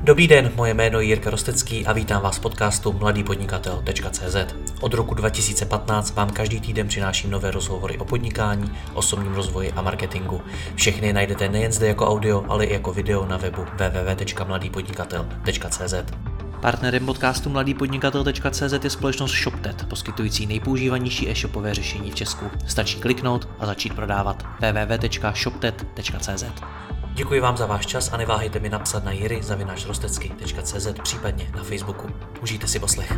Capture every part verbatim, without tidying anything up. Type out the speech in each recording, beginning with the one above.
Dobrý den, moje jméno je Jirka Rostecký a vítám vás v podcastu mladý podnikatel tečka cé zet. Od roku dva tisíce patnáct vám každý týden přináším nové rozhovory o podnikání, osobním rozvoji a marketingu. Všechny najdete nejen zde jako audio, ale i jako video na webu w w w tečka mladý podnikatel tečka cé zet. Partnerem podcastu mladý podnikatel tečka cé zet je společnost ShopTet, poskytující nejpoužívanější e-shopové řešení v Česku. Stačí kliknout a začít prodávat. w w w tečka shoptet tečka cé zet. Děkuji vám za váš čas a neváhejte mi napsat na jiry zavináč rostecky tečka cé zet, případně na Facebooku. Užijte si poslech.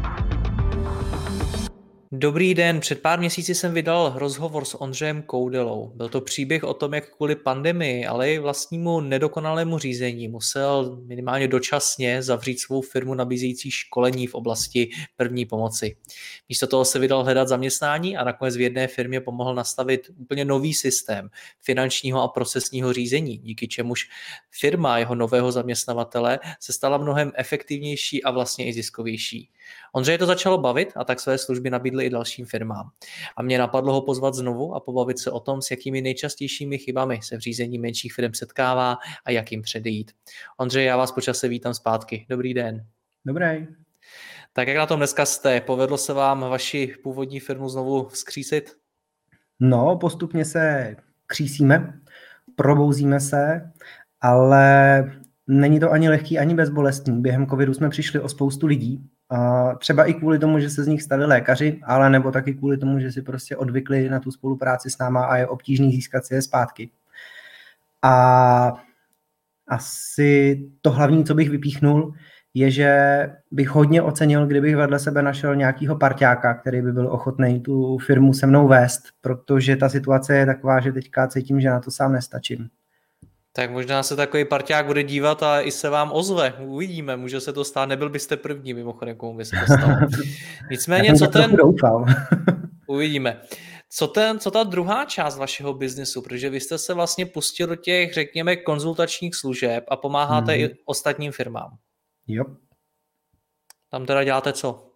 Dobrý den, před pár měsíci jsem vydal rozhovor s Ondřejem Koudelou. Byl to příběh o tom, jak kvůli pandemii, ale i vlastnímu nedokonalému řízení musel minimálně dočasně zavřít svou firmu nabízející školení v oblasti první pomoci. Místo toho se vydal hledat zaměstnání a nakonec v jedné firmě pomohl nastavit úplně nový systém finančního a procesního řízení, díky čemuž firma jeho nového zaměstnavatele se stala mnohem efektivnější a vlastně i ziskovější. Ondřeje to začalo bavit a tak své služby nabídli i dalším firmám. A mě napadlo ho pozvat znovu a pobavit se o tom, s jakými nejčastějšími chybami se v řízení menších firm setkává a jak jim předejít. Ondřej, já vás po čase vítám zpátky. Dobrý den. Dobrý. Tak jak na tom dneska jste? Povedlo se vám vaši původní firmu znovu vzkřísit? No, postupně se křísíme, probouzíme se, ale není to ani lehký, ani bezbolestný. Během covidu jsme přišli o spoustu lidí. A třeba i kvůli tomu, že se z nich stali lékaři, ale nebo taky kvůli tomu, že si prostě odvykli na tu spolupráci s náma a je obtížný získat si je zpátky. A asi to hlavní, co bych vypíchnul, je, že bych hodně ocenil, kdybych vedle sebe našel nějakýho parťáka, který by byl ochotný tu firmu se mnou vést, protože ta situace je taková, že teďka cítím, že na to sám nestačím. Tak možná se takový parťák bude dívat a i se vám ozve. Uvidíme, může se to stát. Nebyl byste první, mimochodem, komu by se to stalo. Nicméně, co ten... Uvidíme. Co, ten, co ta druhá část vašeho biznesu? Protože vy jste se vlastně pustil do těch, řekněme, konzultačních služeb a pomáháte hmm. i ostatním firmám. Jo. Tam teda děláte co?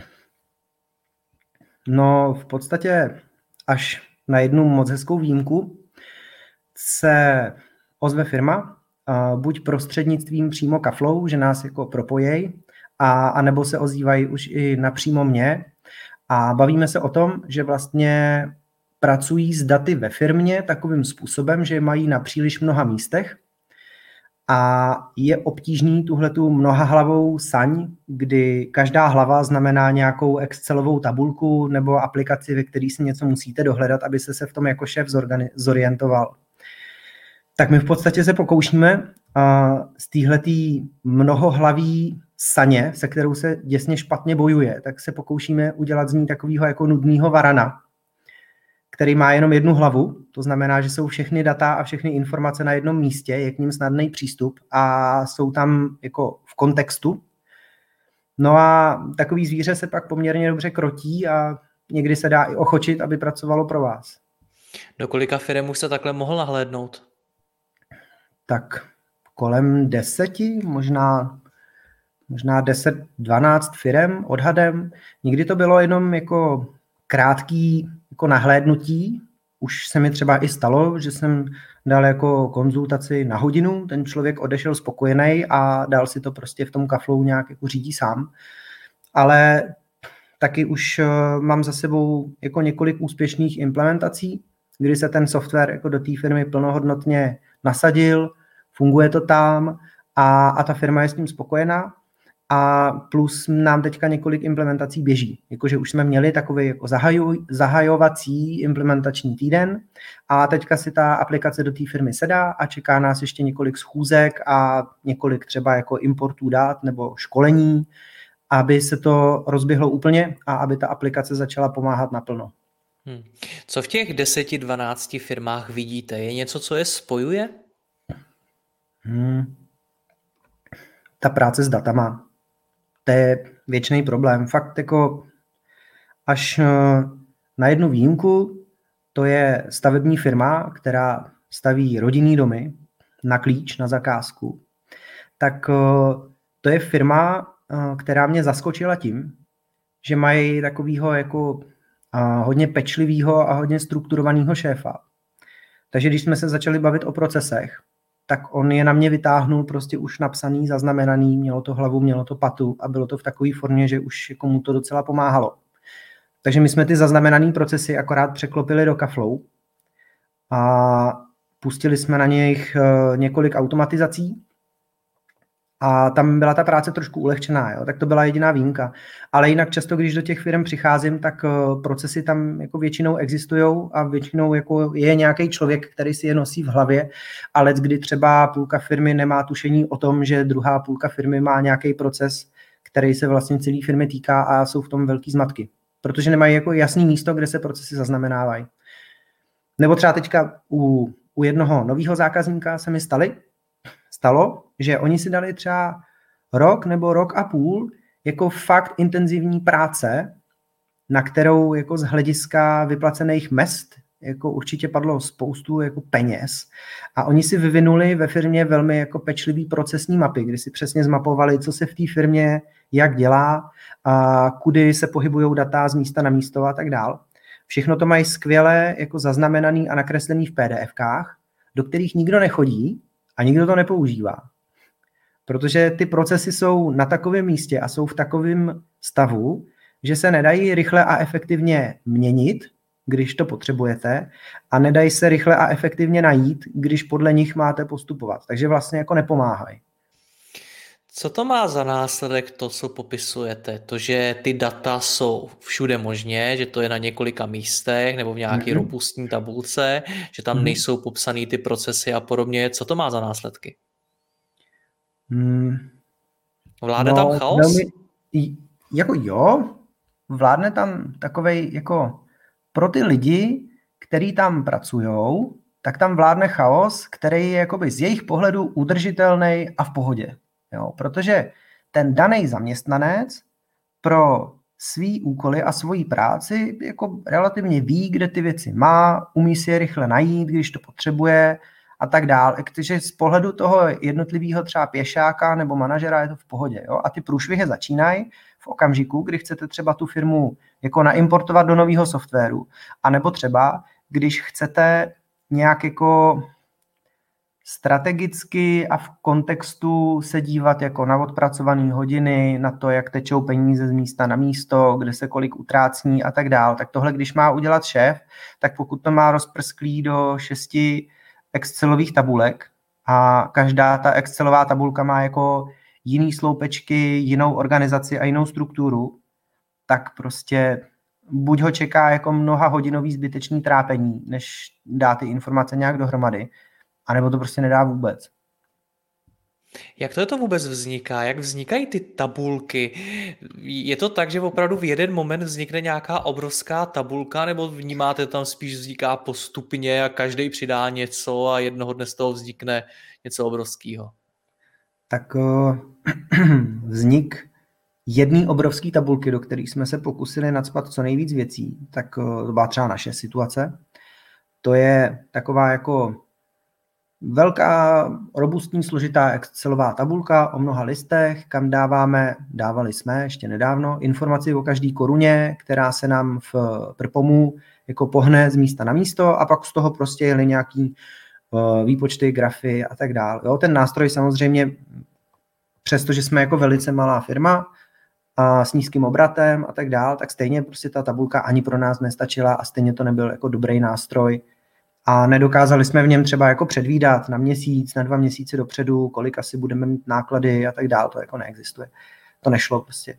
No, v podstatě až na jednu moc hezkou výjimku se ozve firma, buď prostřednictvím přímo Kaflow, že nás jako propojí, a, a nebo se ozývají už i napřímo mě a bavíme se o tom, že vlastně pracují s daty ve firmě takovým způsobem, že mají na příliš mnoha místech a je obtížný tuhletu mnohahlavou saň, kdy každá hlava znamená nějakou Excelovou tabulku nebo aplikaci, ve které si něco musíte dohledat, aby se se v tom jako šéf zorgani- zorientoval. Tak my v podstatě se pokoušíme uh, z téhletý mnohohlaví saně, se kterou se děsně špatně bojuje, tak se pokoušíme udělat z ní takového jako nudného varana, který má jenom jednu hlavu, to znamená, že jsou všechny data a všechny informace na jednom místě, je k ním snadný přístup a jsou tam jako v kontextu. No a takový zvíře se pak poměrně dobře krotí a někdy se dá i ochočit, aby pracovalo pro vás. Do kolika firem už se takhle mohl nahlédnout? Tak kolem deseti, možná, možná deset, dvanáct firem odhadem. Nikdy to bylo jenom jako krátký jako nahlédnutí. Už se mi třeba i stalo, že jsem dal jako konzultaci na hodinu, ten člověk odešel spokojený a dal si to prostě v tom Kaflow nějak jako řídí sám. Ale taky už mám za sebou jako několik úspěšných implementací, kdy se ten software jako do té firmy plnohodnotně nasadil, funguje to tam a, a ta firma je s tím spokojená a plus nám teďka několik implementací běží. Jakože už jsme měli takový jako zahajuj, zahajovací implementační týden a teďka si ta aplikace do té firmy sedá a čeká nás ještě několik schůzek a několik třeba jako importů dát nebo školení, aby se to rozběhlo úplně a aby ta aplikace začala pomáhat naplno. Hmm. Co v těch deseti dvanácti firmách vidíte? Je něco, co je spojuje? Hmm. Ta práce s datama, to je věčný problém. Fakt jako až na jednu výjimku, to je stavební firma, která staví rodinný domy na klíč, na zakázku. Tak to je firma, která mě zaskočila tím, že mají takovýho jako hodně pečlivýho a hodně strukturovaného šéfa. Takže když jsme se začali bavit o procesech, tak on je na mě vytáhnul prostě už napsaný, zaznamenaný, mělo to hlavu, mělo to patu a bylo to v takové formě, že už jako mu to docela pomáhalo. Takže my jsme ty zaznamenané procesy akorát překlopili do Kaflow a pustili jsme na něj několik automatizací a tam byla ta práce trošku ulehčená, jo? Tak to byla jediná výjimka. Ale jinak často, když do těch firm přicházím, tak procesy tam jako většinou existují a většinou jako je nějaký člověk, který si je nosí v hlavě, ale kdy třeba půlka firmy nemá tušení o tom, že druhá půlka firmy má nějaký proces, který se vlastně celé firmy týká a jsou v tom velký zmatky. Protože nemají jako jasný místo, kde se procesy zaznamenávají. Nebo třeba teďka u, u jednoho nového zákazníka se mi stali, stalo, že oni si dali třeba rok nebo rok a půl jako fakt intenzivní práce, na kterou jako z hlediska vyplacených mezd jako určitě padlo spoustu jako peněz a oni si vyvinuli ve firmě velmi jako pečlivý procesní mapy, kdy si přesně zmapovali, co se v té firmě jak dělá a kudy se pohybují data z místa na místo a tak dál. Všechno to mají skvěle jako zaznamenaný a nakreslený v P D F kách, do kterých nikdo nechodí a nikdo to nepoužívá. Protože ty procesy jsou na takovém místě a jsou v takovém stavu, že se nedají rychle a efektivně měnit, když to potřebujete, a nedají se rychle a efektivně najít, když podle nich máte postupovat. Takže vlastně jako nepomáhají. Co to má za následek to, co popisujete? To, že ty data jsou všude možně, že to je na několika místech nebo v nějaké mm-hmm. robustní tabulce, že tam mm-hmm. nejsou popsané ty procesy a podobně. Co to má za následky? Mm. Vládne no, tam chaos? Velmi, jako jo, vládne tam takovej jako pro ty lidi, kteří tam pracujou, tak tam vládne chaos, který je jakoby z jejich pohledu udržitelný a v pohodě. Jo, protože ten daný zaměstnanec pro svý úkoly a svoji práci jako relativně ví, kde ty věci má, umí si je rychle najít, když to potřebuje a tak dál. Takže z pohledu toho jednotlivého třeba pěšáka nebo manažera je to v pohodě. Jo? A ty průšvihy začínají v okamžiku, kdy chcete třeba tu firmu jako naimportovat do nového softwaru, anebo třeba, když chcete nějak jako strategicky a v kontextu se dívat jako na odpracované hodiny, na to, jak tečou peníze z místa na místo, kde se kolik utrácí a tak dál. Tak tohle, když má udělat šéf, tak pokud to má rozprsklý do šesti Excelových tabulek a každá ta Excelová tabulka má jako jiný sloupečky, jinou organizaci a jinou strukturu, tak prostě buď ho čeká jako mnoha hodinový zbytečný trápení, než dá ty informace nějak dohromady, anebo to prostě nedá vůbec. Jak to, to vůbec vzniká? Jak vznikají ty tabulky? Je to tak, že opravdu v jeden moment vznikne nějaká obrovská tabulka, nebo vnímáte, tam spíš vzniká postupně a každý přidá něco a jednoho dne z toho vznikne něco obrovského? Tak uh, vznik jedné obrovské tabulky, do které jsme se pokusili nacpat co nejvíc věcí, tak uh, to byla třeba naše situace. To je taková jako velká, robustní, složitá Excelová tabulka o mnoha listech, kam dáváme, dávali jsme ještě nedávno, informaci o každý koruně, která se nám v Prpomu jako pohne z místa na místo a pak z toho prostě jeli nějaký uh, výpočty, grafy a tak dále. Jo, ten nástroj samozřejmě, přestože jsme jako velice malá firma a s nízkým obratem a tak dále, tak stejně prostě ta tabulka ani pro nás nestačila a stejně to nebyl jako dobrý nástroj. A nedokázali jsme v něm třeba jako předvídat na měsíc, na dva měsíce dopředu, kolik asi budeme mít náklady a tak dále. To jako neexistuje. To nešlo prostě.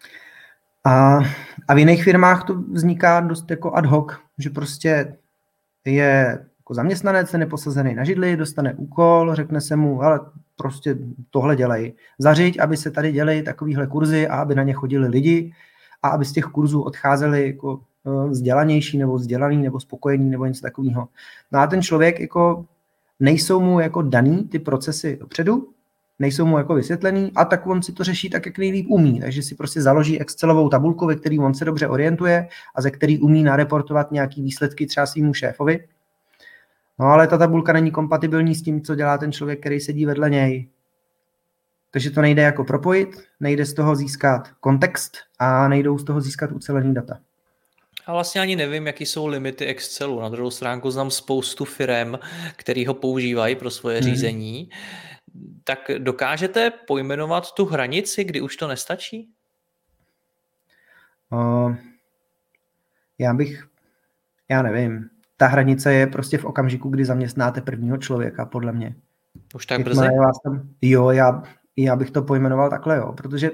A, a v jiných firmách to vzniká dost jako ad hoc, že prostě je jako zaměstnanec, ten je posazený na židli, dostane úkol, řekne se mu, ale prostě tohle dělej. Zařiď, aby se tady dělají takovýhle kurzy a aby na ně chodili lidi a aby z těch kurzů odcházeli jako vzdělanější nebo vzdělaný nebo spokojený nebo něco takového. No a ten člověk jako nejsou mu jako daný ty procesy dopředu, nejsou mu jako vysvětlený a tak on si to řeší tak, jak nejlíp umí. Takže si prostě založí Excelovou tabulku, ve který on se dobře orientuje a ze který umí nareportovat nějaký výsledky třeba svýmu šéfovi. No ale ta tabulka není kompatibilní s tím, co dělá ten člověk, který sedí vedle něj. Takže to nejde jako propojit, nejde z toho získat kontext a nejdou z toho získat ucelený data. Já vlastně ani nevím, jaký jsou limity Excelu. Na druhou stránku znám spoustu firem, který ho používají pro svoje Hmm. řízení. Tak dokážete pojmenovat tu hranici, kdy už to nestačí? Uh, já bych, já nevím, ta hranice je prostě v okamžiku, kdy zaměstnáte prvního člověka, podle mě. Už tak brzy? Tam, jo, já, já bych to pojmenoval takhle, jo, protože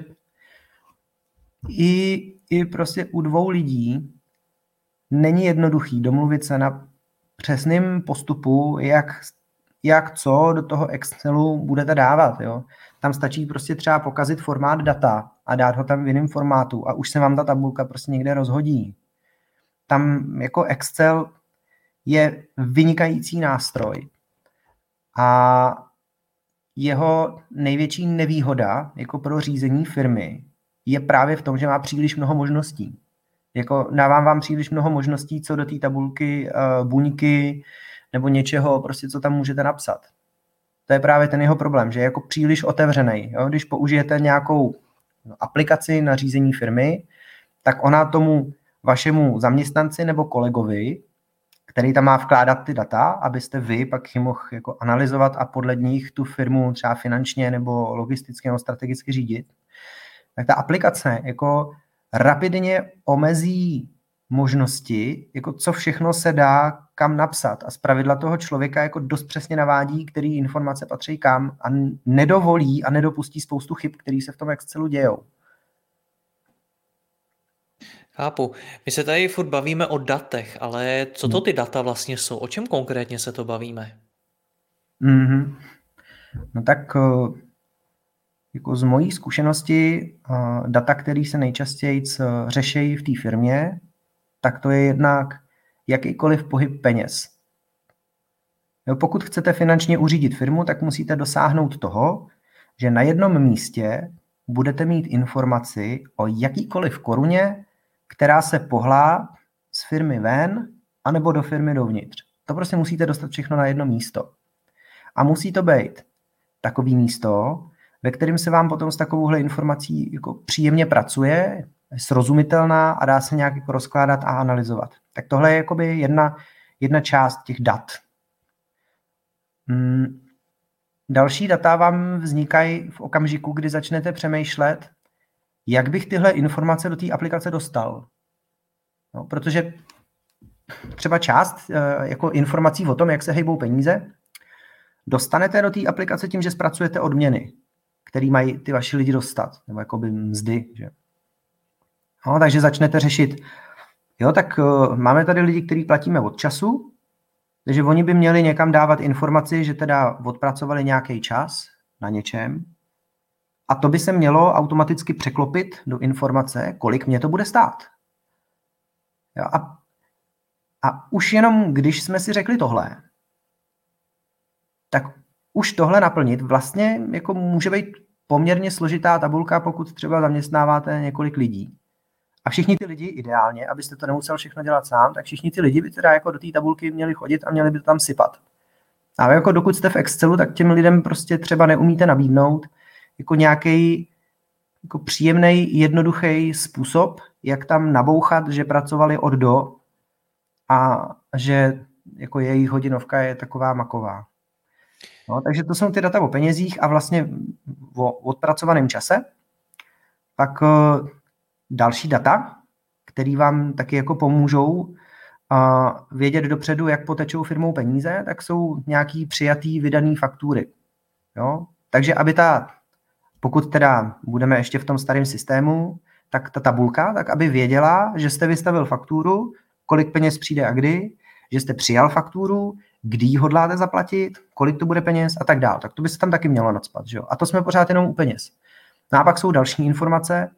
i, i prostě u dvou lidí není jednoduchý domluvit se na přesném postupu, jak, jak co do toho Excelu budete dávat. Jo. Tam stačí prostě třeba pokazit formát data a dát ho tam v jiném formátu a už se vám ta tabulka prostě někde rozhodí. Tam jako Excel je vynikající nástroj a jeho největší nevýhoda jako pro řízení firmy je právě v tom, že má příliš mnoho možností. Jako dávám vám příliš mnoho možností, co do té tabulky, uh, buňky nebo něčeho, prostě co tam můžete napsat. To je právě ten jeho problém, že je jako příliš otevřený. Jo? Když použijete nějakou aplikaci na řízení firmy, tak ona tomu vašemu zaměstnanci nebo kolegovi, který tam má vkládat ty data, abyste vy pak ji mohl jako analyzovat a podle nich tu firmu třeba finančně nebo logisticky nebo strategicky řídit, tak ta aplikace jako rapidně omezí možnosti, jako co všechno se dá kam napsat a zpravidla toho člověka jako dost přesně navádí, který informace patří kam a nedovolí a nedopustí spoustu chyb, který se v tom Excelu dějou. Chápu. My se tady furt bavíme o datech, ale co to ty data vlastně jsou? O čem konkrétně se to bavíme? Mm-hmm. No tak jako z mojí zkušenosti data, které se nejčastěji řeší v té firmě, tak to je jednak jakýkoliv pohyb peněz. Jo, pokud chcete finančně uřídit firmu, tak musíte dosáhnout toho, že na jednom místě budete mít informaci o jakýkoliv koruně, která se pohlá z firmy ven, anebo do firmy dovnitř. To prostě musíte dostat všechno na jedno místo. A musí to být takový místo, ve kterém se vám potom s takovouhle informací jako příjemně pracuje, je srozumitelná a dá se nějak jako rozkládat a analyzovat. Tak tohle je jakoby jedna, jedna část těch dat. Hmm. Další data vám vznikají v okamžiku, kdy začnete přemýšlet, jak bych tyhle informace do té aplikace dostal. No, protože třeba část jako informací o tom, jak se hejbou peníze, dostanete do té aplikace tím, že zpracujete odměny, který mají ty vaši lidi dostat, nebo jakoby mzdy. Že? No, takže začnete řešit, jo, tak uh, máme tady lidi, kteří platíme od času, takže oni by měli někam dávat informaci, že teda odpracovali nějaký čas na něčem a to by se mělo automaticky překlopit do informace, kolik mě to bude stát. Jo, a, a už jenom, když jsme si řekli tohle, tak už tohle naplnit vlastně jako může být poměrně složitá tabulka, pokud třeba zaměstnáváte několik lidí. A všichni ty lidi ideálně, abyste to nemusel všechno dělat sám, tak všichni ty lidi by teda jako do té tabulky měli chodit a měli by to tam sypat. A jako dokud jste v Excelu, tak těm lidem prostě třeba neumíte nabídnout jako nějaký jako příjemný, jednoduchý způsob, jak tam nabouchat, že pracovali od do a že jako jejich hodinovka je taková maková. No, takže to jsou ty data o penězích a vlastně o odpracovaném čase. Pak uh, další data, které vám taky jako pomůžou uh, vědět dopředu, jak potečou firmou peníze, tak jsou nějaký přijatý vydaný faktury. Jo? Takže aby ta, pokud teda budeme ještě v tom starém systému, tak ta tabulka, tak aby věděla, že jste vystavil fakturu, kolik peněz přijde a kdy, že jste přijal fakturu, kdy ji hodláte zaplatit, kolik to bude peněz a tak dále. Tak to by se tam taky mělo nacpat. Že jo? A to jsme pořád jenom u peněz. No a pak jsou další informace,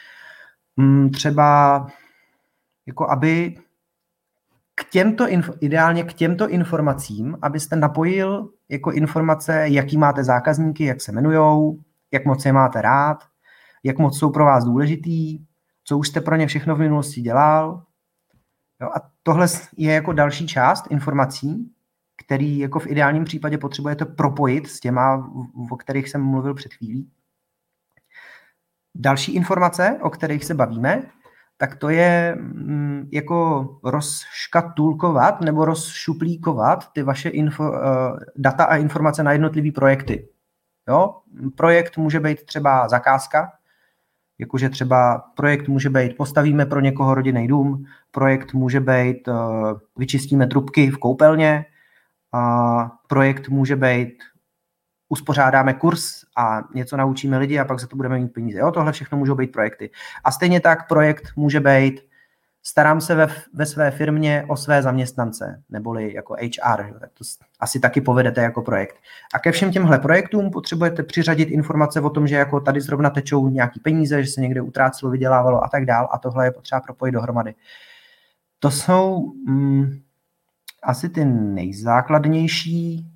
třeba jako aby k těmto, ideálně k těmto informacím, abyste napojil jako informace, jaký máte zákazníky, jak se jmenujou, jak moc je máte rád, jak moc jsou pro vás důležitý, co už jste pro ně všechno v minulosti dělal. Jo, a tohle je jako další část informací, který jako v ideálním případě potřebujete propojit s těma, o kterých jsem mluvil před chvílí. Další informace, o kterých se bavíme, tak to je mm, jako rozškatulkovat nebo rozšuplíkovat ty vaše info, uh, data a informace na jednotlivý projekty. Jo? Projekt může být třeba zakázka, jakože třeba projekt může být postavíme pro někoho rodinný dům, projekt může být uh, vyčistíme trubky v koupelně, a projekt může být uspořádáme kurz a něco naučíme lidi a pak za to budeme mít peníze. Jo, tohle všechno můžou být projekty. A stejně tak projekt může být starám se ve, ve své firmě o své zaměstnance, neboli jako H R. Tak to asi taky povedete jako projekt. A ke všem těmhle projektům potřebujete přiřadit informace o tom, že jako tady zrovna tečou nějaký peníze, že se někde utrácelo, vydělávalo a tak dál a tohle je potřeba propojit dohromady. To jsou mm, asi ty nejzákladnější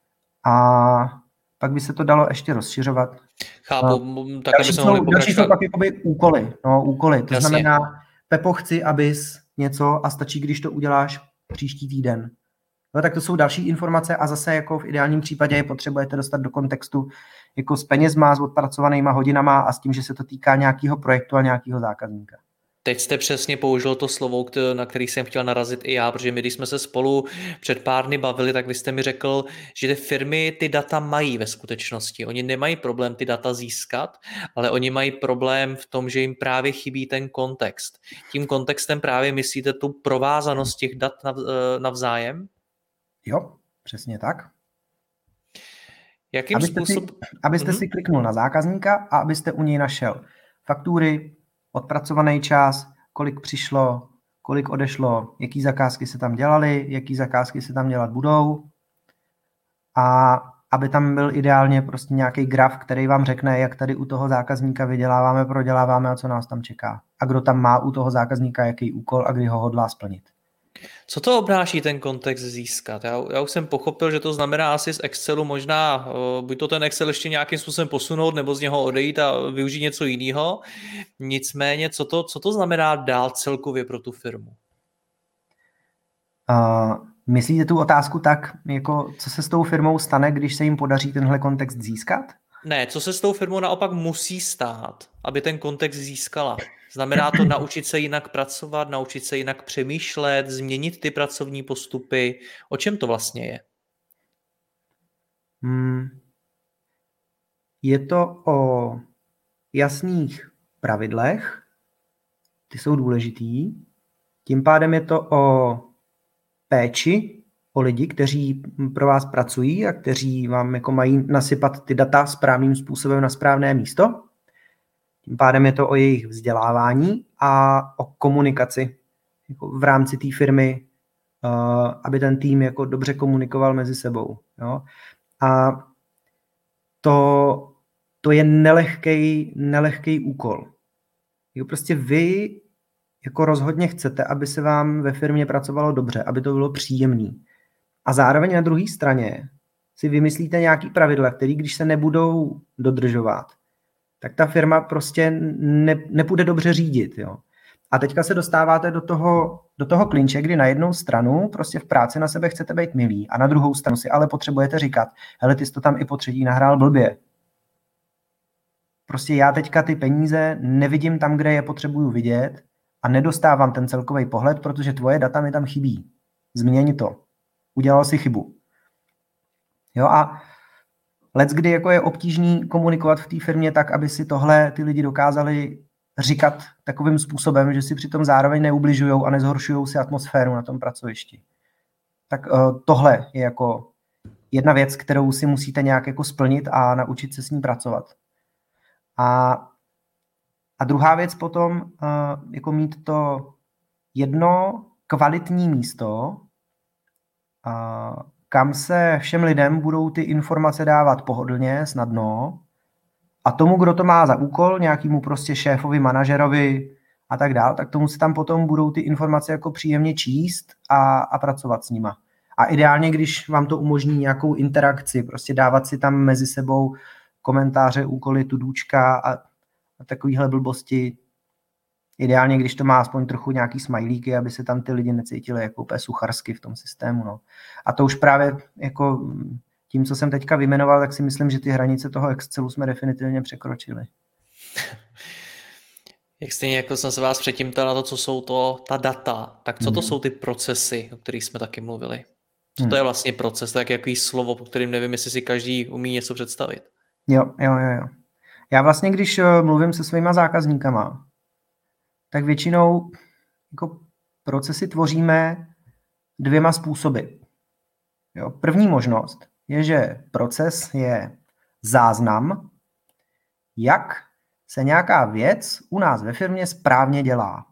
a pak by se to dalo ještě rozšiřovat. Chápu. No, tak další, jsou, další jsou pak jakoby úkoly. No, úkoly. To Jasně. znamená, Pepo, chci, abys něco a stačí, když to uděláš příští týden. No, tak to jsou další informace a zase jako v ideálním případě je potřebujete dostat do kontextu jako s penězma, s odpracovanýma hodinama a s tím, že se to týká nějakého projektu a nějakého zákazníka. Teď jste přesně použil to slovo, na který jsem chtěl narazit i já, protože my, když jsme se spolu před pár dny bavili, tak vy jste mi řekl, že ty firmy ty data mají ve skutečnosti. Oni nemají problém ty data získat, ale oni mají problém v tom, že jim právě chybí ten kontext. Tím kontextem právě myslíte tu provázanost těch dat navzájem? Jo, přesně tak. Jakým abyste způsob... si, abyste mm-hmm. si kliknul na zákazníka a abyste u něj našel faktury, odpracovaný čas, kolik přišlo, kolik odešlo, jaký zakázky se tam dělaly, jaký zakázky se tam dělat budou a aby tam byl ideálně prostě nějaký graf, který vám řekne, jak tady u toho zákazníka vyděláváme, proděláváme a co nás tam čeká. A kdo tam má u toho zákazníka jaký úkol a kdy ho hodlá splnit. Co to obnáší ten kontext získat? Já, já už jsem pochopil, že to znamená asi z Excelu možná, buď to ten Excel ještě nějakým způsobem posunout, nebo z něho odejít a využít něco jiného. Nicméně, co to, co to znamená dál celkově pro tu firmu? Uh, myslíte tu otázku tak, jako co se s tou firmou stane, když se jim podaří tenhle kontext získat? Ne, co se s tou firmou naopak musí stát, aby ten kontext získala? Znamená to naučit se jinak pracovat, naučit se jinak přemýšlet, změnit ty pracovní postupy. O čem to vlastně je? Hmm. Je to o jasných pravidlech, ty jsou důležitý. Tím pádem je to o péči, o lidi, kteří pro vás pracují a kteří vám jako mají nasypat ty data správným způsobem na správné místo. Tím pádem je to o jejich vzdělávání a o komunikaci jako v rámci té firmy, uh, aby ten tým jako dobře komunikoval mezi sebou. Jo? A to, to je nelehký, nelehký úkol. Jo, prostě vy jako rozhodně chcete, aby se vám ve firmě pracovalo dobře, aby to bylo příjemné. A zároveň na druhé straně si vymyslíte nějaký pravidla, které když se nebudou dodržovat, tak ta firma prostě ne, nepůjde dobře řídit. Jo. A teďka se dostáváte do toho, do toho klinče, kdy na jednou stranu prostě v práci na sebe chcete být milí a na druhou stranu si ale potřebujete říkat, hele, ty jsi to tam i po třetí nahrál blbě. Prostě já teďka ty peníze nevidím tam, kde je potřebuju vidět a nedostávám ten celkový pohled, protože tvoje data mi tam chybí. Změň to. Udělal si chybu. Jo a leckdy jako je obtížný komunikovat v té firmě tak, aby si tohle ty lidi dokázali říkat takovým způsobem, že si přitom zároveň neubližujou a nezhoršujou si atmosféru na tom pracovišti. Tak uh, tohle je jako jedna věc, kterou si musíte nějak jako splnit a naučit se s ní pracovat. A, a druhá věc potom, uh, jako mít to jedno kvalitní místo, uh, kam se všem lidem budou ty informace dávat pohodlně, snadno a tomu, kdo to má za úkol, nějakému prostě šéfovi, manažerovi a tak dál, tak tomu se tam potom budou ty informace jako příjemně číst a, a pracovat s nima. A ideálně, když vám to umožní nějakou interakci, prostě dávat si tam mezi sebou komentáře, úkoly, tudůčka a, a takovýhle blbosti. Ideálně, když to má aspoň trochu nějaký smajlíky, aby se tam ty lidi necítili jako úplně sucharsky v tom systému. No. A to už právě jako tím, co jsem teďka vyjmenoval, tak si myslím, že ty hranice toho Excelu jsme definitivně překročili. Jak stejně jako jsem se vás předtím ptal na to, co jsou to ta data, tak co to Hmm. jsou ty procesy, o kterých jsme taky mluvili? Co Hmm. to je vlastně proces? Tak jaký slovo, po kterým nevím, jestli si každý umí něco představit. Jo, jo, jo, jo. Já vlastně, když mluvím se svýma zákazníkama, tak většinou jako procesy tvoříme dvěma způsoby. Jo, první možnost je, že proces je záznam, jak se nějaká věc u nás ve firmě správně dělá.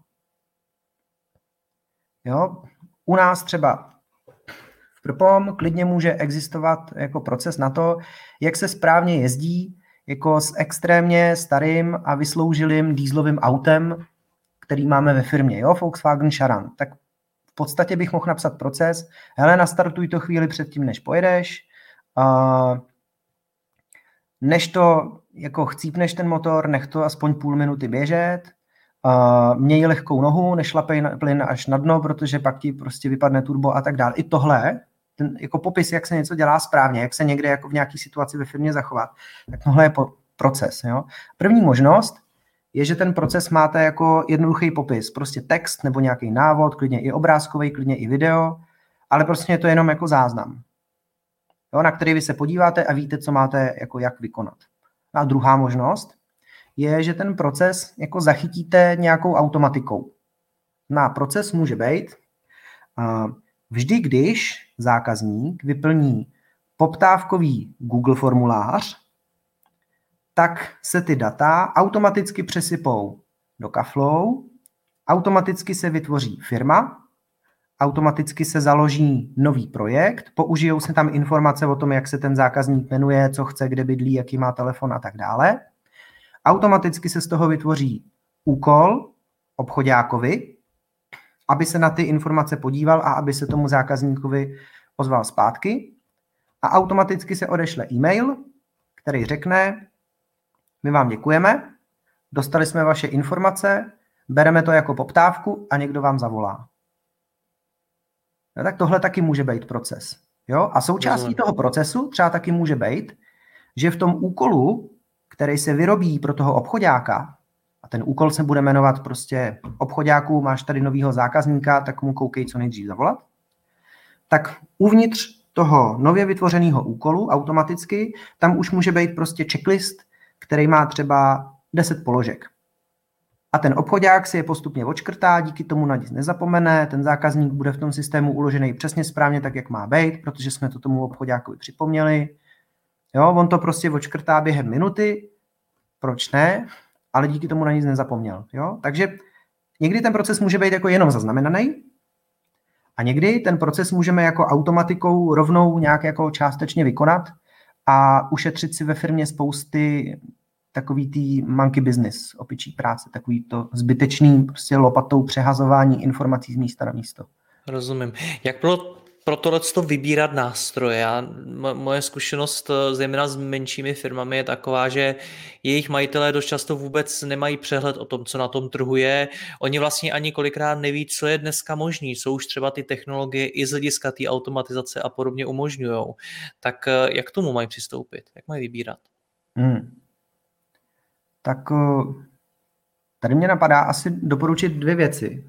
Jo, u nás třeba v Propom klidně může existovat jako proces na to, jak se správně jezdí jako s extrémně starým a vysloužilým dieselovým autem, který máme ve firmě, jo, Volkswagen Charan. Tak v podstatě bych mohl napsat proces, hele, nastartuj to chvíli předtím, než pojedeš, uh, než to jako chcípneš ten motor, nech to aspoň půl minuty běžet, uh, měj lehkou nohu, nešlapej na plyn až na dno, protože pak ti prostě vypadne turbo a tak dále. I tohle, ten jako popis, jak se něco dělá správně, jak se někde jako v nějaké situaci ve firmě zachovat, tak tohle je po- proces. Jo? První možnost je, že ten proces máte jako jednoduchý popis, prostě text nebo nějaký návod, klidně i obrázkový, klidně i video, ale prostě je to jenom jako záznam, jo, na který vy se podíváte a víte, co máte jako jak vykonat. A druhá možnost je, že ten proces jako zachytíte nějakou automatikou. Na proces může být vždy, když zákazník vyplní poptávkový Google formulář, tak se ty data automaticky přesypou do Kaflow, automaticky se vytvoří firma, automaticky se založí nový projekt, použijou se tam informace o tom, jak se ten zákazník jmenuje, co chce, kde bydlí, jaký má telefon a tak dále. Automaticky se z toho vytvoří úkol obchoďákovi, aby se na ty informace podíval a aby se tomu zákazníkovi ozval zpátky. A automaticky se odešle e-mail, který řekne, my vám děkujeme, dostali jsme vaše informace, bereme to jako poptávku a někdo vám zavolá. No, tak tohle taky může být proces. Jo? A součástí Rozumím. toho procesu třeba taky může být, že v tom úkolu, který se vyrobí pro toho obchoďáka, a ten úkol se bude jmenovat prostě obchoďáku, máš tady novýho zákazníka, tak mu koukej co nejdřív zavolat, tak uvnitř toho nově vytvořeného úkolu automaticky tam už může být prostě checklist, který má třeba deset položek. A ten obchoďák si je postupně odškrtá, díky tomu na nic nezapomene, ten zákazník bude v tom systému uložený přesně správně tak, jak má být, protože jsme to tomu obchoďákovi připomněli. Jo, on to prostě odškrtá během minuty, proč ne, ale díky tomu na nic nezapomněl. Jo? Takže někdy ten proces může být jako jenom zaznamenaný a někdy ten proces můžeme jako automatikou rovnou nějak jako částečně vykonat a ušetřit si ve firmě spousty takový tý monkey business, opičí práce, takový to zbytečný prostě lopatou přehazování informací z místa na místo. Rozumím. Jak bylo pro tohleto vybírat nástroje? Já, moje zkušenost zejména s menšími firmami je taková, že jejich majitelé dost často vůbec nemají přehled o tom, co na tom trhu je. Oni vlastně ani kolikrát neví, co je dneska možný, co už třeba ty technologie i z hlediska té automatizace a podobně umožňujou. Tak jak k tomu mají přistoupit? Jak mají vybírat? Hmm. Tak tady mě napadá asi doporučit dvě věci.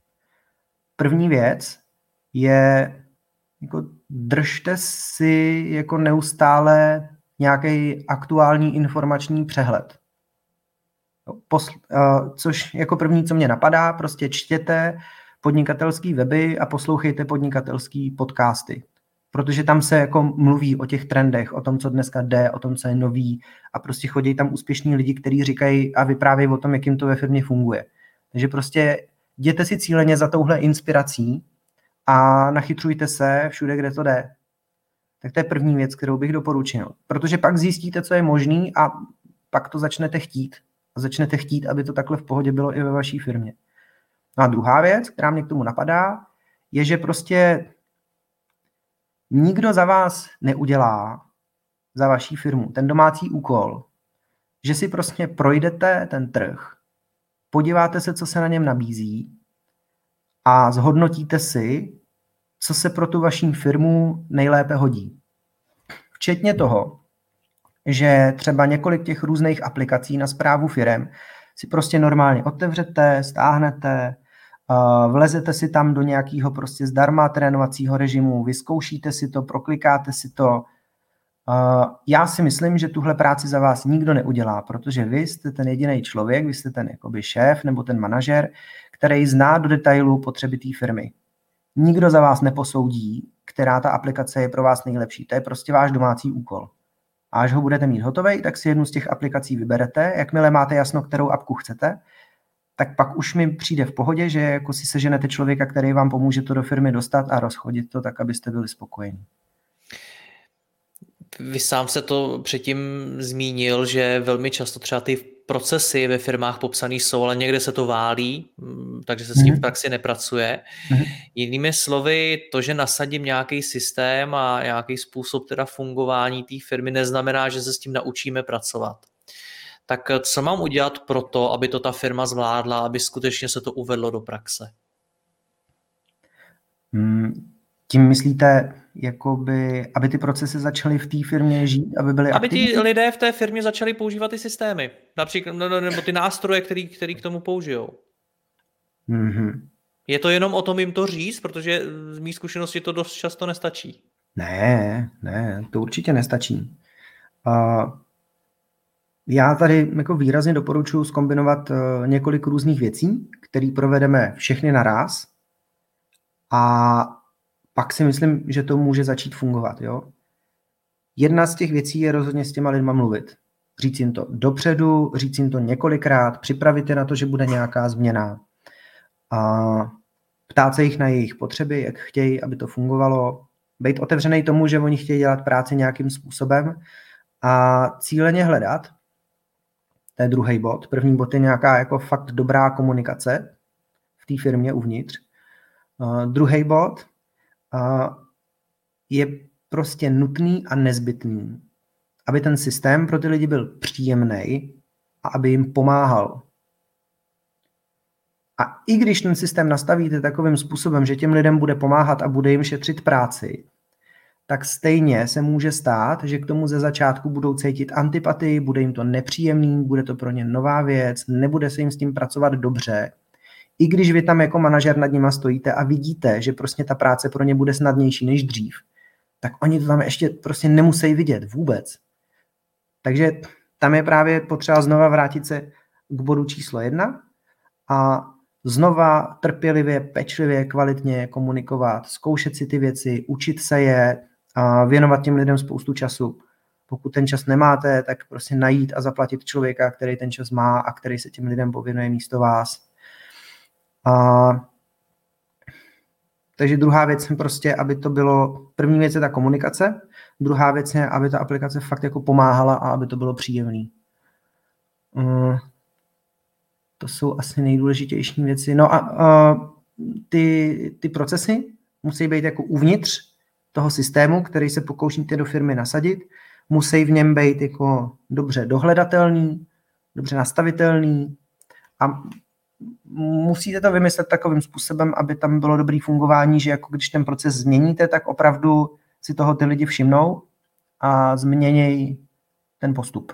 První věc je, jako držte si jako neustále nějaký aktuální informační přehled. Posl- uh, což jako první, co mě napadá, prostě čtěte podnikatelský weby a poslouchejte podnikatelský podcasty. Protože tam se jako mluví o těch trendech, o tom, co dneska jde, o tom, co je nový a prostě chodí tam úspěšní lidi, kteří říkají a vyprávějí o tom, jak jim to ve firmě funguje. Takže prostě jděte si cíleně za touhle inspirací a nachytrujte se všude, kde to jde. Tak to je první věc, kterou bych doporučil. Protože pak zjistíte, co je možný a pak to začnete chtít. A začnete chtít, aby to takhle v pohodě bylo i ve vaší firmě. No a druhá věc, která mě k tomu napadá, je, že prostě nikdo za vás neudělá za vaší firmu ten domácí úkol, že si prostě projdete ten trh, podíváte se, co se na něm nabízí a zhodnotíte si, co se pro tu vaší firmu nejlépe hodí. Včetně toho, že třeba několik těch různých aplikací na správu firem si prostě normálně otevřete, stáhnete, vlezete si tam do nějakého prostě zdarma trénovacího režimu, vyzkoušíte si to, proklikáte si to. Já si myslím, že tuhle práci za vás nikdo neudělá, protože vy jste ten jediný člověk, vy jste ten jakoby šéf nebo ten manažer, který zná do detailu potřeby té firmy. Nikdo za vás neposoudí, která ta aplikace je pro vás nejlepší. To je prostě váš domácí úkol. A až ho budete mít hotový, tak si jednu z těch aplikací vyberete. Jakmile máte jasno, kterou apku chcete, tak pak už mi přijde v pohodě, že jako si seženete člověka, který vám pomůže to do firmy dostat a rozchodit to tak, abyste byli spokojení. Vy sám se to předtím zmínil, že velmi často třeba ty procesy ve firmách popsané jsou, ale někde se to válí, takže se s tím v praxi nepracuje. Mm-hmm. Jinými slovy, to, že nasadím nějaký systém a nějaký způsob teda fungování té firmy, neznamená, že se s tím naučíme pracovat. Tak co mám udělat pro to, aby to ta firma zvládla, aby skutečně se to uvedlo do praxe? Hmm. Tím myslíte, jakoby, aby ty procesy začaly v té firmě žít, aby byly Aby aktivní? ti lidé v té firmě začali používat ty systémy, například nebo ty nástroje, který, který k tomu použijou. Mm-hmm. Je to jenom o tom jim to říct, protože z mých zkušeností to dost často nestačí. Ne, ne, to určitě nestačí. Uh, já tady jako výrazně doporučuji zkombinovat uh, několik různých věcí, které provedeme všechny naraz a pak si myslím, že to může začít fungovat. Jo? Jedna z těch věcí je rozhodně s těma lidma mluvit. Říct jim to dopředu, říct jim to několikrát, připravit je na to, že bude nějaká změna. A ptát se jich na jejich potřeby, jak chtějí, aby to fungovalo. Být otevřený tomu, že oni chtějí dělat práci nějakým způsobem a cíleně hledat. To je druhý bod. První bod je nějaká jako fakt dobrá komunikace v té firmě uvnitř. Uh, druhý bod uh, je prostě nutný a nezbytný, aby ten systém pro ty lidi byl příjemný a aby jim pomáhal. A i když ten systém nastavíte takovým způsobem, že těm lidem bude pomáhat a bude jim šetřit práci, tak stejně se může stát, že k tomu ze začátku budou cítit antipatii, bude jim to nepříjemný, bude to pro ně nová věc, nebude se jim s tím pracovat dobře. I když vy tam jako manažer nad nima stojíte a vidíte, že prostě ta práce pro ně bude snadnější než dřív, tak oni to tam ještě prostě nemusí vidět vůbec. Takže tam je právě potřeba znova vrátit se k bodu číslo jedna a znova trpělivě, pečlivě, kvalitně komunikovat, zkoušet si ty věci, učit se je a věnovat těm lidem spoustu času. Pokud ten čas nemáte, tak prostě najít a zaplatit člověka, který ten čas má a který se těm lidem pověnuje místo vás. A takže druhá věc je prostě, aby to bylo, první věc je ta komunikace, druhá věc je, aby ta aplikace fakt jako pomáhala a aby to bylo příjemný. Uh, to jsou asi nejdůležitější věci. No a uh, ty, ty procesy musí být jako uvnitř toho systému, který se pokoušíte do firmy nasadit, musí v něm být jako dobře dohledatelný, dobře nastavitelný a musíte to vymyslet takovým způsobem, aby tam bylo dobré fungování, že jako když ten proces změníte, tak opravdu si toho ty lidi všimnou a změnějí ten postup.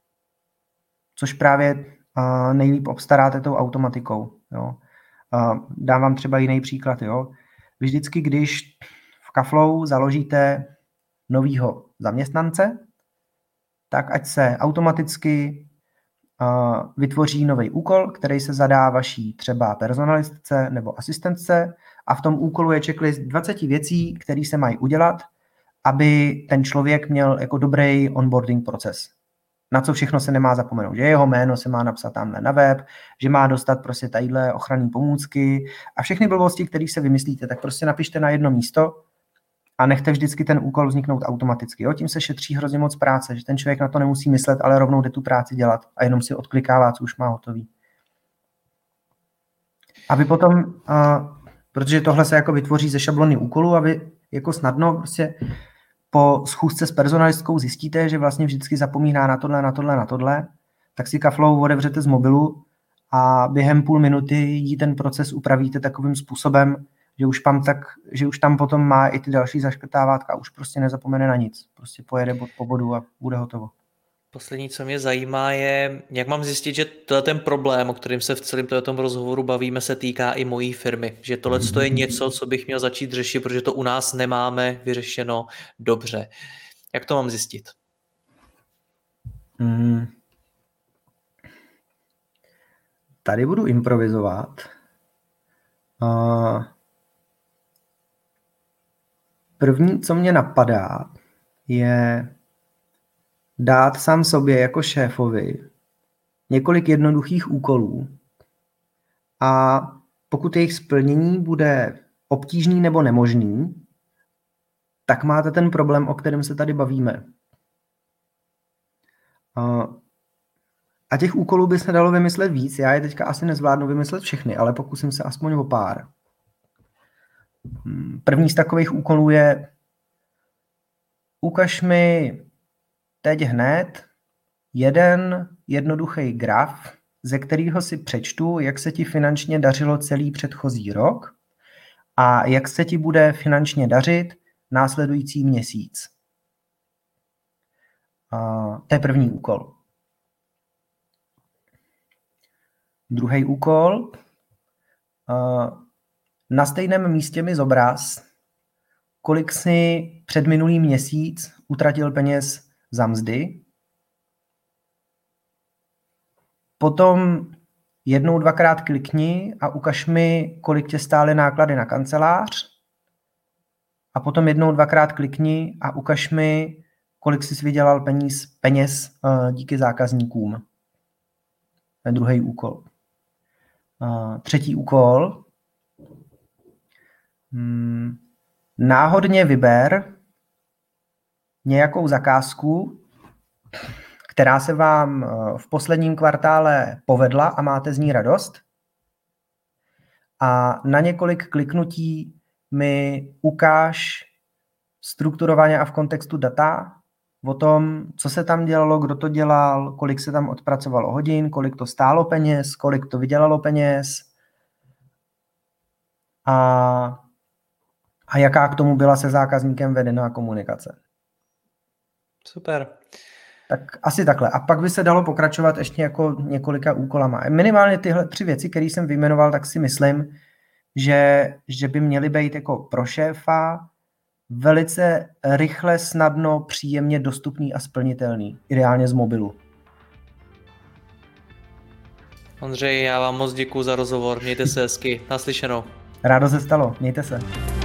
Což právě uh, nejlíp obstaráte tou automatikou. Jo. Uh, dám vám třeba jiný příklad. Jo. Vy vždycky, když v Kaflow založíte novýho zaměstnance, tak ať se automaticky Uh, vytvoří nový úkol, který se zadá vaší třeba personalistce nebo asistentce a v tom úkolu je checklist dvacet věcí, které se mají udělat, aby ten člověk měl jako dobrý onboarding proces. Na co všechno se nemá zapomenout, že jeho jméno se má napsat tamhle na web, že má dostat prostě tadyhle ochranné pomůcky a všechny blbosti, které se vymyslíte, tak prostě napište na jedno místo a nechte vždycky ten úkol vzniknout automaticky. Jo? Tím se šetří hrozně moc práce, že ten člověk na to nemusí myslet, ale rovnou jde tu práci dělat a jenom si odklikává, co už má hotový. Aby potom, uh, protože tohle se jako vytvoří ze šablony úkolů, aby jako snadno prostě po schůzce s personalistkou zjistíte, že vlastně vždycky zapomíná na tohle, na tohle, na tohle, tak si Kaflow otevřete z mobilu a během půl minuty jí ten proces upravíte takovým způsobem, že už tam, tak, že už tam potom má i ty další zaškrtávátka a už prostě nezapomene na nic. Prostě pojede bod po bodu a bude hotovo. Poslední, co mě zajímá, je, jak mám zjistit, že tohle ten problém, o kterém se v celém tom rozhovoru bavíme, se týká i mojí firmy. Že tohle je něco, co bych měl začít řešit, protože to u nás nemáme vyřešeno dobře. Jak to mám zjistit? Hmm. Tady budu improvizovat. Uh, první, co mě napadá, je dát sám sobě jako šéfovi několik jednoduchých úkolů a pokud jejich splnění bude obtížný nebo nemožný, tak máte ten problém, o kterém se tady bavíme. A těch úkolů by se dalo vymyslet víc. Já je teďka asi nezvládnu vymyslet všechny, ale pokusím se aspoň o pár. První z takových úkolů je: ukaž mi teď hned jeden jednoduchý graf, ze kterého si přečtu, jak se ti finančně dařilo celý předchozí rok a jak se ti bude finančně dařit následující měsíc. A to je první úkol. Druhý úkol. Na stejném místě mi zobraz, kolik si před minulý měsíc utratil peněz za mzdy. Potom jednou, dvakrát klikni a ukaž mi, kolik tě stály náklady na kancelář. A potom jednou, dvakrát klikni a ukaž mi, kolik jsi vydělal peníz, peněz uh, díky zákazníkům. To je druhý úkol. Uh, třetí úkol. Hmm, náhodně vyber nějakou zakázku, která se vám v posledním kvartále povedla a máte z ní radost. A na několik kliknutí mi ukáž strukturovaně a v kontextu data o tom, co se tam dělalo, kdo to dělal, kolik se tam odpracovalo hodin, kolik to stálo peněz, kolik to vydělalo peněz a, a jaká k tomu byla se zákazníkem vedená komunikace. Super. Tak asi takhle. A pak by se dalo pokračovat ještě jako několika úkolama. Minimálně tyhle tři věci, které jsem vyjmenoval, tak si myslím, že, že by měly být jako pro šéfa velice rychle, snadno, příjemně dostupný a splnitelný. Ideálně z mobilu. Ondřej, já vám moc děkuju za rozhovor. Mějte se hezky. Naslyšenou. Rádo se stalo. Mějte se.